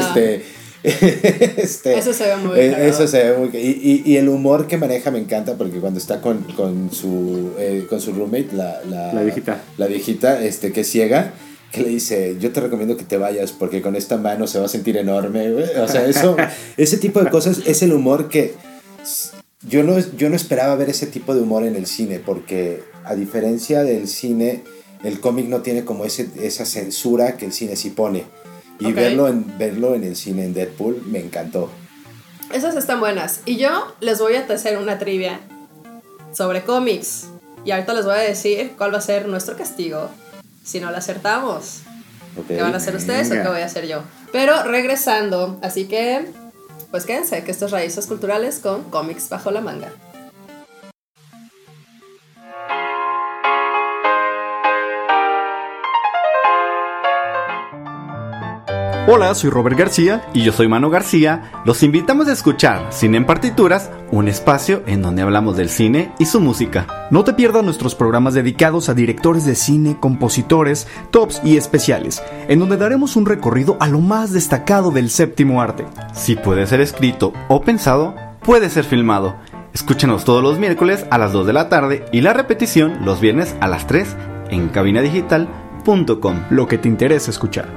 Eso se ve muy eso se ve muy... Y el humor que maneja me encanta porque cuando está con su roommate, la viejita. La viejita, que es ciega, que le dice, yo te recomiendo que te vayas porque con esta mano se va a sentir enorme, güey. O sea, ese tipo de cosas es el humor que... Yo no esperaba ver ese tipo de humor en el cine porque a diferencia del cine, el cómic no tiene como esa censura que el cine sí pone. Y verlo en el cine en Deadpool me encantó. Esas están buenas. Y yo les voy a hacer una trivia sobre cómics. Y ahorita les voy a decir cuál va a ser nuestro castigo si no la acertamos. Okay. ¿Qué van a hacer ustedes o qué voy a hacer yo? Pero regresando, así que pues quédense, que esto es Raíces Culturales con cómics bajo la manga. Hola, soy Robert García y yo soy Manu García. Los invitamos a escuchar Cine en Partituras, un espacio en donde hablamos del cine y su música. No te pierdas nuestros programas dedicados a directores de cine, compositores, tops y especiales, en donde daremos un recorrido a lo más destacado del séptimo arte. Si puede ser escrito o pensado, puede ser filmado. Escúchenos todos los miércoles a las 2 de la tarde y la repetición los viernes a las 3 en cabinadigital.com. Lo que te interesa escuchar.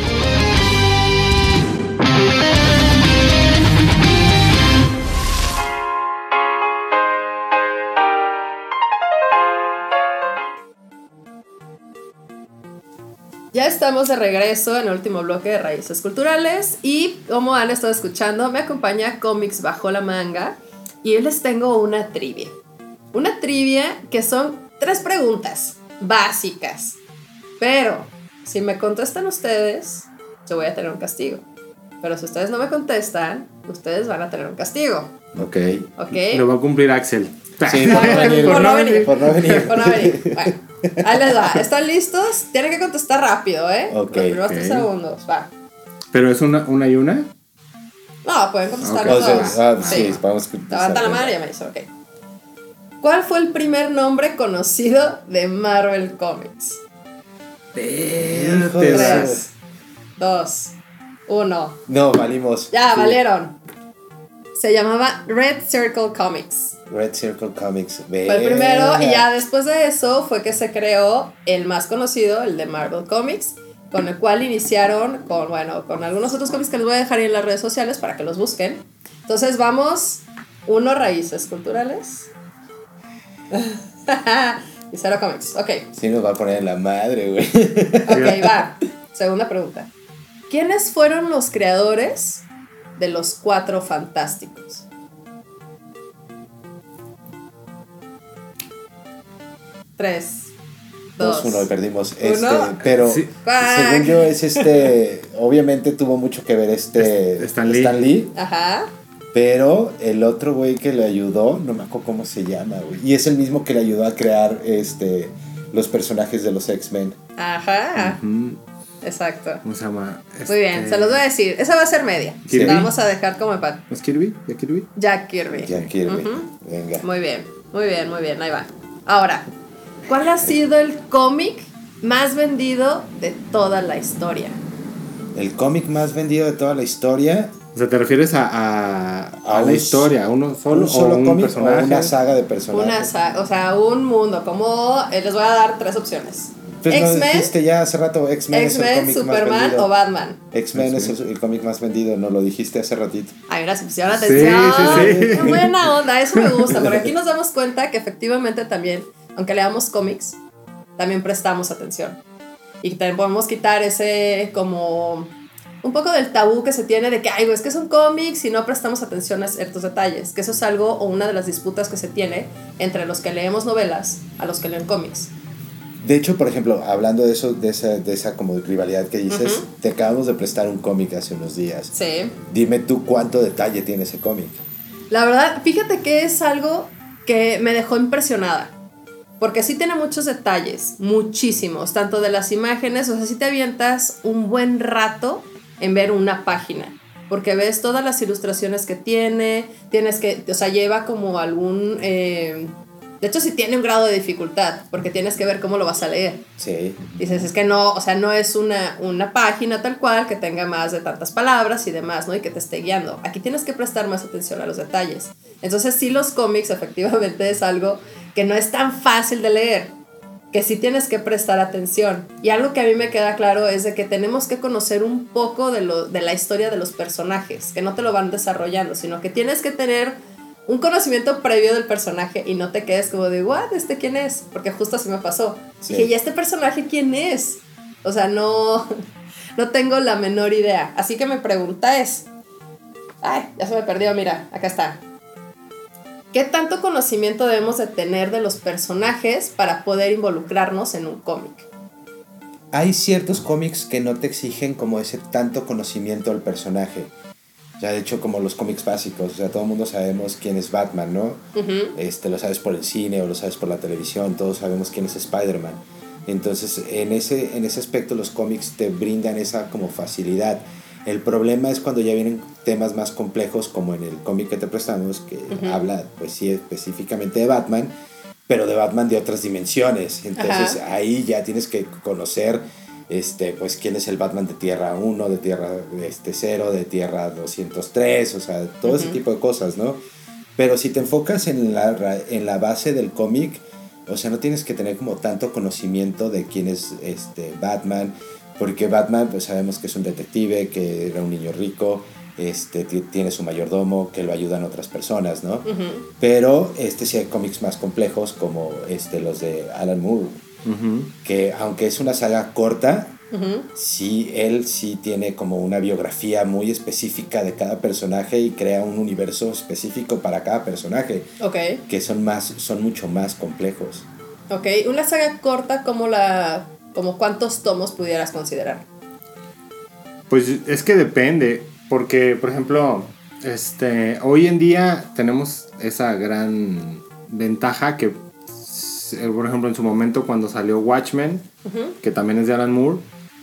Ya estamos de regreso en el último bloque de Raíces Culturales y como han estado escuchando, me acompaña Cómics Bajo la Manga y hoy les tengo una trivia. Una trivia que son 3 preguntas básicas, pero si me contestan ustedes, yo voy a tener un castigo. Pero si ustedes no me contestan, ustedes van a tener un castigo. Ok. Lo va a cumplir Axel. Sí, por no venir. Bueno, ahí les va. ¿Están listos? Tienen que contestar rápido, ¿eh? Ok. Los primeros 3 segundos. Va. ¿Pero es una y una? No, pueden contestar Okay. los dos. Sí, vamos. Levanta la mano y ya me dice, ok. ¿Cuál fue el primer nombre conocido de Marvel Comics? 3, 2, 1. No, valimos. Ya, Sí. valieron. Se llamaba Red Circle Comics. Red Circle Comics. Fue el primero y ya después de eso fue que se creó el más conocido, el de Marvel Comics, con el cual iniciaron con algunos otros cómics que les voy a dejar ahí en las redes sociales para que los busquen. Entonces vamos, 1 Raíces Culturales y 0 Comics. Ok. Sí nos va a poner en la madre, güey. Ok, va. Segunda pregunta. ¿Quiénes fueron los creadores de los 4 Fantásticos? Tres, 2-1 perdimos. ¿Uno? Pero Sí. según yo es obviamente tuvo mucho que ver Stan Lee. Stan Lee, Ajá. pero el otro güey que le ayudó, no me acuerdo cómo se llama, güey. Y es el mismo que le ayudó a crear los personajes de los X-Men. Ajá. Mm, Exacto. ¿Cómo se llama? Muy bien, se los voy a decir. Esa va a ser media. Kirby. La vamos a dejar como empate. ¿Es Kirby? ¿Ya Kirby? Jack Kirby. Jack Kirby. Ujú. Venga. Muy bien, muy bien, muy bien. Ahí va. Ahora, ¿cuál ha sido el cómic más vendido de toda la historia? El cómic más vendido de toda la historia. O sea, ¿te refieres a la historia? ¿A uno solo? ¿Un solo o un cómic personaje? o una saga de personajes? O sea, un mundo. Como les voy a dar 3 opciones. Pues no X-Men, dijiste ya hace rato, X-Men es el cómic más Superman vendido. o Batman. X-Men es el cómic más vendido, no lo dijiste hace ratito. Ay, mira, se pusieron atención. sí. Qué buena onda, eso me gusta. Porque aquí nos damos cuenta que efectivamente también, aunque leamos cómics, también prestamos atención. Y también podemos quitar ese como un poco del tabú que se tiene de que, ay, es que son cómics y no prestamos atención a ciertos detalles. Que eso es algo o una de las disputas que se tiene entre los que leemos novelas a los que leen cómics. De hecho, por ejemplo, hablando de eso, de esa como rivalidad que dices, te acabamos de prestar un cómic hace unos días. Sí. Dime tú cuánto detalle tiene ese cómic. La verdad, fíjate que es algo que me dejó impresionada. Porque sí tiene muchos detalles, muchísimos, tanto de las imágenes, o sea, sí te avientas un buen rato en ver una página. Porque ves todas las ilustraciones que tiene, tienes que, o sea, lleva como algún... de hecho, sí tiene un grado de dificultad, porque tienes que ver cómo lo vas a leer. Sí. Dices, es que no, o sea, no es una página tal cual que tenga más de tantas palabras y demás, ¿no? Y que te esté guiando. Aquí tienes que prestar más atención a los detalles. Entonces, sí, los cómics efectivamente es algo que no es tan fácil de leer, que sí tienes que prestar atención. Y algo que a mí me queda claro es de que tenemos que conocer un poco de la historia de los personajes, que no te lo van desarrollando, sino que tienes que tener un conocimiento previo del personaje y no te quedes como de, ¿what? ¿Quién es? Porque justo así me pasó. Sí. Dije, ¿y este personaje quién es? O sea, no tengo la menor idea. Así que mi pregunta es, ay, ya se me perdió, mira, acá está. ¿Qué tanto conocimiento debemos de tener de los personajes para poder involucrarnos en un cómic? Hay ciertos cómics que no te exigen como ese tanto conocimiento del personaje. Ya de hecho como los cómics básicos, o sea, todo el mundo sabemos quién es Batman, ¿no? Lo sabes por el cine o lo sabes por la televisión, todos sabemos quién es Spider-Man. Entonces, en ese aspecto los cómics te brindan esa como facilidad. El problema es cuando ya vienen temas más complejos, como en el cómic que te prestamos, que habla, pues sí, específicamente de Batman, pero de Batman de otras dimensiones. Entonces, ahí ya tienes que conocer pues quién es el Batman de Tierra 1, de Tierra 0, de Tierra 203, o sea, todo ese tipo de cosas, ¿no? Pero si te enfocas en la base del cómic, o sea, no tienes que tener como tanto conocimiento de quién es Batman, porque Batman, pues sabemos que es un detective, que era un niño rico, tiene su mayordomo, que lo ayudan otras personas, ¿no? Pero sí hay cómics más complejos como los de Alan Moore, que aunque es una saga corta, sí, él sí tiene como una biografía muy específica de cada personaje y crea un universo específico para cada personaje, que son mucho más complejos. Ok, una saga corta, como ¿cuántos tomos pudieras considerar? Pues es que depende, porque por ejemplo, hoy en día tenemos esa gran ventaja que, por ejemplo, en su momento cuando salió Watchmen, que también es de Alan Moore,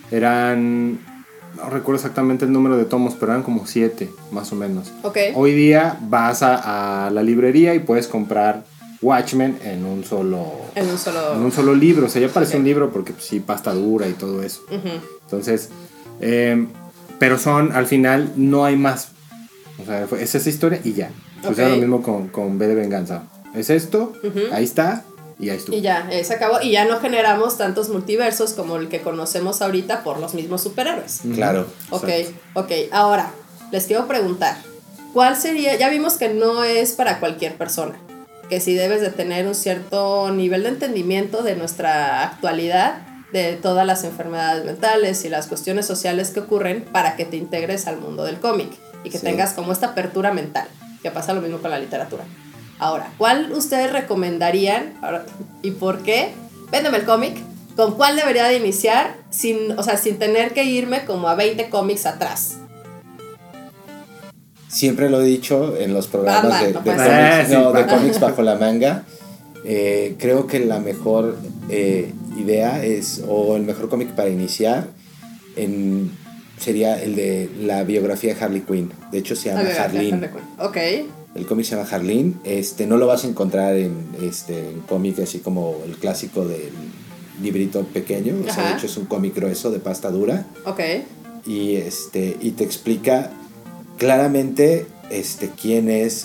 no recuerdo exactamente el número de tomos, pero eran como 7, más o menos. Hoy día vas a la librería y puedes comprar Watchmen en un solo libro. O sea, ya parece un libro porque pues, sí, pasta dura y todo eso. Entonces, pero al final no hay más. O sea, es esa historia y ya. Pues era lo mismo con V de Venganza. Es esto, ahí está. Y ya estuvo. Y ya, se acabó. Y ya no generamos tantos multiversos como el que conocemos ahorita por los mismos superhéroes. Claro. Ok. Ahora, les quiero preguntar, ¿cuál sería? Ya vimos que no es para cualquier persona, que sí debes de tener un cierto nivel de entendimiento de nuestra actualidad, de todas las enfermedades mentales y las cuestiones sociales que ocurren para que te integres al mundo del cómic y que tengas como esta apertura mental, que pasa lo mismo con la literatura. Ahora, ¿cuál ustedes recomendarían y por qué? Véndeme el cómic ¿con cuál debería de iniciar sin tener que irme como a 20 cómics atrás? Siempre lo he dicho en los programas Batman, de cómics bajo la manga. Creo que la mejor idea es, o el mejor cómic para iniciar, sería el de la biografía de Harley Quinn. De hecho se llama Harleen. Ok. El cómic se llama Harleen. No lo vas a encontrar en cómic así como el clásico del librito pequeño. O sea, de hecho es un cómic grueso de pasta dura. Ok. Y te explica claramente quién es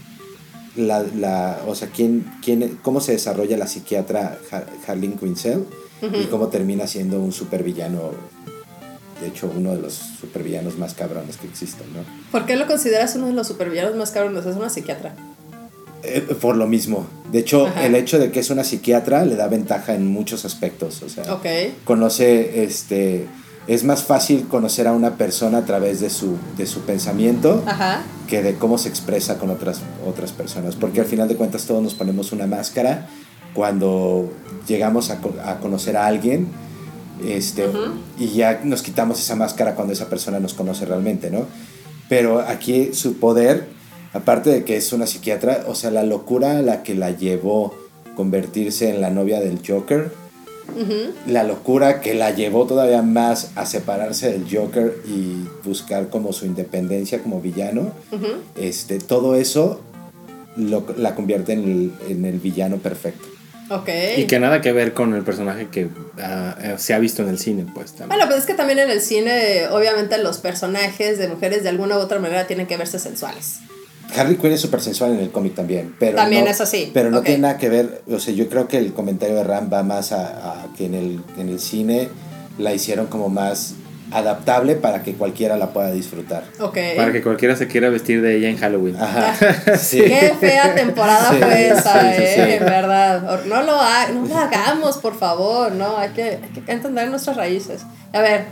cómo se desarrolla la psiquiatra Harleen Quinzel y cómo termina siendo un supervillano, de hecho uno de los supervillanos más cabrones que existen, ¿no? ¿Por qué lo consideras uno de los supervillanos más cabrones? Es una psiquiatra. Por lo mismo. De hecho, el hecho de que es una psiquiatra le da ventaja en muchos aspectos. O sea, conoce, es más fácil conocer a una persona a través de su pensamiento que de cómo se expresa con otras personas. Porque al final de cuentas todos nos ponemos una máscara cuando llegamos a conocer a alguien, y ya nos quitamos esa máscara cuando esa persona nos conoce realmente, ¿no? Pero aquí su poder, aparte de que es una psiquiatra, o sea, la locura a la que la llevó convertirse en la novia del Joker, la locura que la llevó todavía más a separarse del Joker y buscar como su independencia como villano, todo eso la convierte en el villano perfecto. Y que nada que ver con el personaje que se ha visto en el cine, pues también. Bueno, pues es que también en el cine, obviamente los personajes de mujeres de alguna u otra manera tienen que verse sensuales. Harley Quinn es súper sensual en el cómic también, pero también no, es así. Pero no tiene nada que ver, o sea, yo creo que el comentario de Ram va más a que en el cine la hicieron como más adaptable para que cualquiera la pueda disfruar. Para que cualquiera se quiera vestir de ella en Halloween. Sí. Qué fea temporada fue esa, sí. En verdad. No lo hagamos, por favor, ¿no? Hay que entender nuestras raíces. A ver,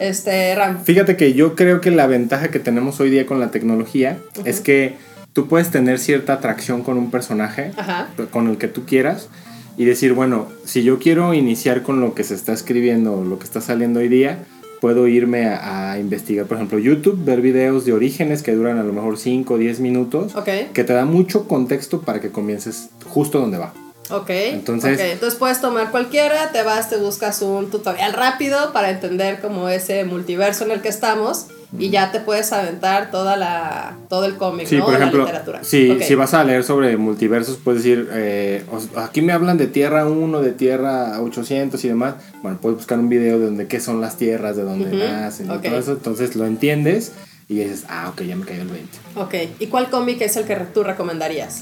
Ram. Fíjate que yo creo que la ventaja que tenemos hoy día con la tecnología es que tú puedes tener cierta atracción con un personaje, con el que tú quieras, y decir, bueno, si yo quiero iniciar con lo que se está escribiendo, lo que está saliendo hoy día, puedo irme a investigar, por ejemplo, YouTube, ver videos de orígenes que duran a lo mejor 5 o 10 minutos, que te da mucho contexto para que comiences justo donde va. Entonces puedes tomar cualquiera, te buscas un tutorial rápido para entender como ese multiverso en el que estamos y ya te puedes aventar todo el cómic, sí, ¿no? por ejemplo, la literatura. Si vas a leer sobre multiversos, puedes decir, aquí me hablan de Tierra 1, de Tierra 800 y demás. Bueno, puedes buscar un video de qué son las tierras, de dónde nacen y todo eso. Entonces lo entiendes y dices, ya me cayó el 20. ¿Y cuál cómic es el que tú recomendarías?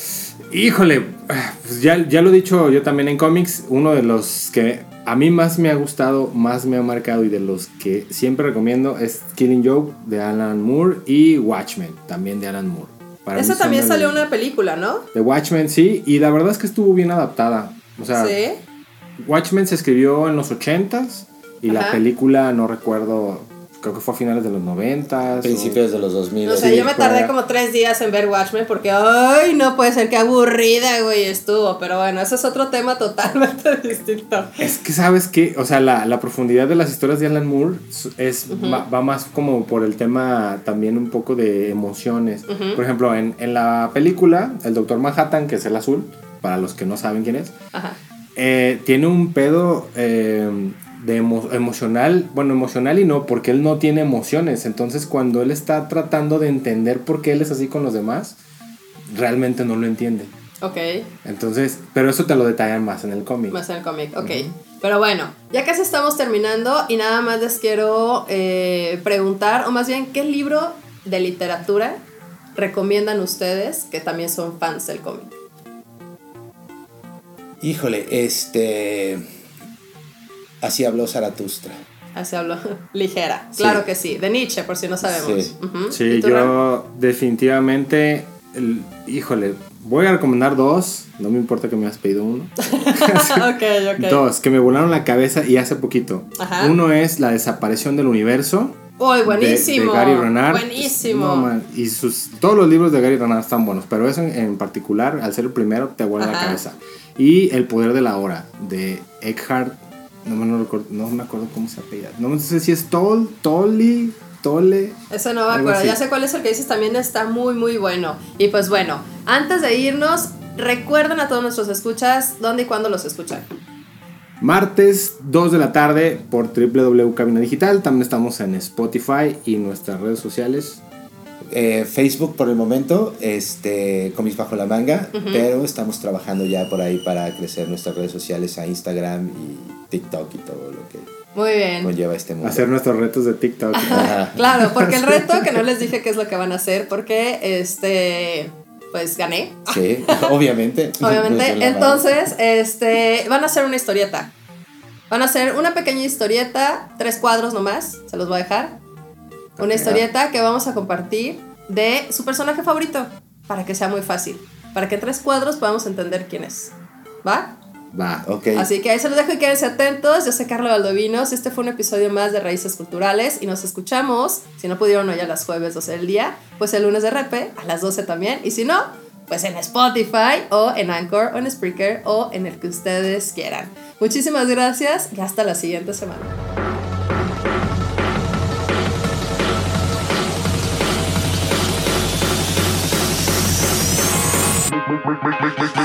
Híjole, pues ya lo he dicho yo también en cómics, uno de los que a mí más me ha gustado, más me ha marcado y de los que siempre recomiendo es Killing Joke de Alan Moore y Watchmen, también de Alan Moore. Esa también salió una película, ¿no? De Watchmen, sí, y la verdad es que estuvo bien adaptada. O sea, ¿sí? Watchmen se escribió en los 80s y la película no recuerdo, creo que fue a finales de los 90s. Principios de los 2000. O sea, yo me tardé como 3 días en ver Watchmen porque, no puede ser, qué aburrida, güey, estuvo. Pero bueno, ese es otro tema totalmente distinto. Es que, ¿sabes qué? O sea, la profundidad de las historias de Alan Moore va más como por el tema también un poco de emociones. Por ejemplo, en la película, el Doctor Manhattan, que es el azul, para los que no saben quién es, tiene un pedo... emocional y no, porque él no tiene emociones. Entonces cuando él está tratando de entender por qué él es así con los demás, realmente no lo entiende. Entonces, pero eso te lo detallan más en el cómic. Pero bueno, ya casi estamos terminando y nada más les quiero preguntar, o más bien, ¿qué libro de literatura recomiendan ustedes que también son fans del cómic? Híjole, Así habló Zaratustra. Así habló, ligera, claro que sí, de Nietzsche, por si no sabemos. Sí, yo definitivamente, híjole, voy a recomendar 2, no me importa que me hayas pedido uno. 2, que me volaron la cabeza y hace poquito. Uno es La desaparición del universo. Buenísimo. De Gary Renard. Buenísimo. No, man, y todos los libros de Gary Renard están buenos, pero eso en particular, al ser el primero, te vuela la cabeza. Y El poder de la hora, de Eckhart No me acuerdo cómo se apellida. No sé si es Tole. Ese no me acuerdo. Ya sé cuál es el que dices, también está muy, muy bueno. Y pues bueno, antes de irnos, recuerden a todos nuestros escuchas dónde y cuándo los escuchan. Martes 2 de la tarde por www.cabina digital. También estamos en Spotify y nuestras redes sociales. Facebook por el momento, Comics Bajo la Manga, pero estamos trabajando ya por ahí para crecer nuestras redes sociales a Instagram y TikTok y todo lo que muy bien conlleva este mundo. Hacer nuestros retos de TikTok. Claro, porque el reto, que no les dije qué es lo que van a hacer, porque pues gané. Sí, obviamente. Obviamente. Entonces, van a hacer una historieta. Van a hacer una pequeña historieta, 3 cuadros nomás, se los voy a dejar. Una historieta que vamos a compartir de su personaje favorito, para que sea muy fácil, para que en 3 cuadros podamos entender quién es. ¿Va? Va, ok. Así que ahí se los dejo y quédense atentos. Yo soy Carla Valdovinos. Este fue un episodio más de Raíces Culturales y nos escuchamos, si no pudieron hoy a las jueves 12 del día, pues el lunes de repe a las 12 también, y si no, pues en Spotify o en Anchor o en Spreaker o en el que ustedes quieran. Muchísimas gracias y hasta la siguiente semana. Make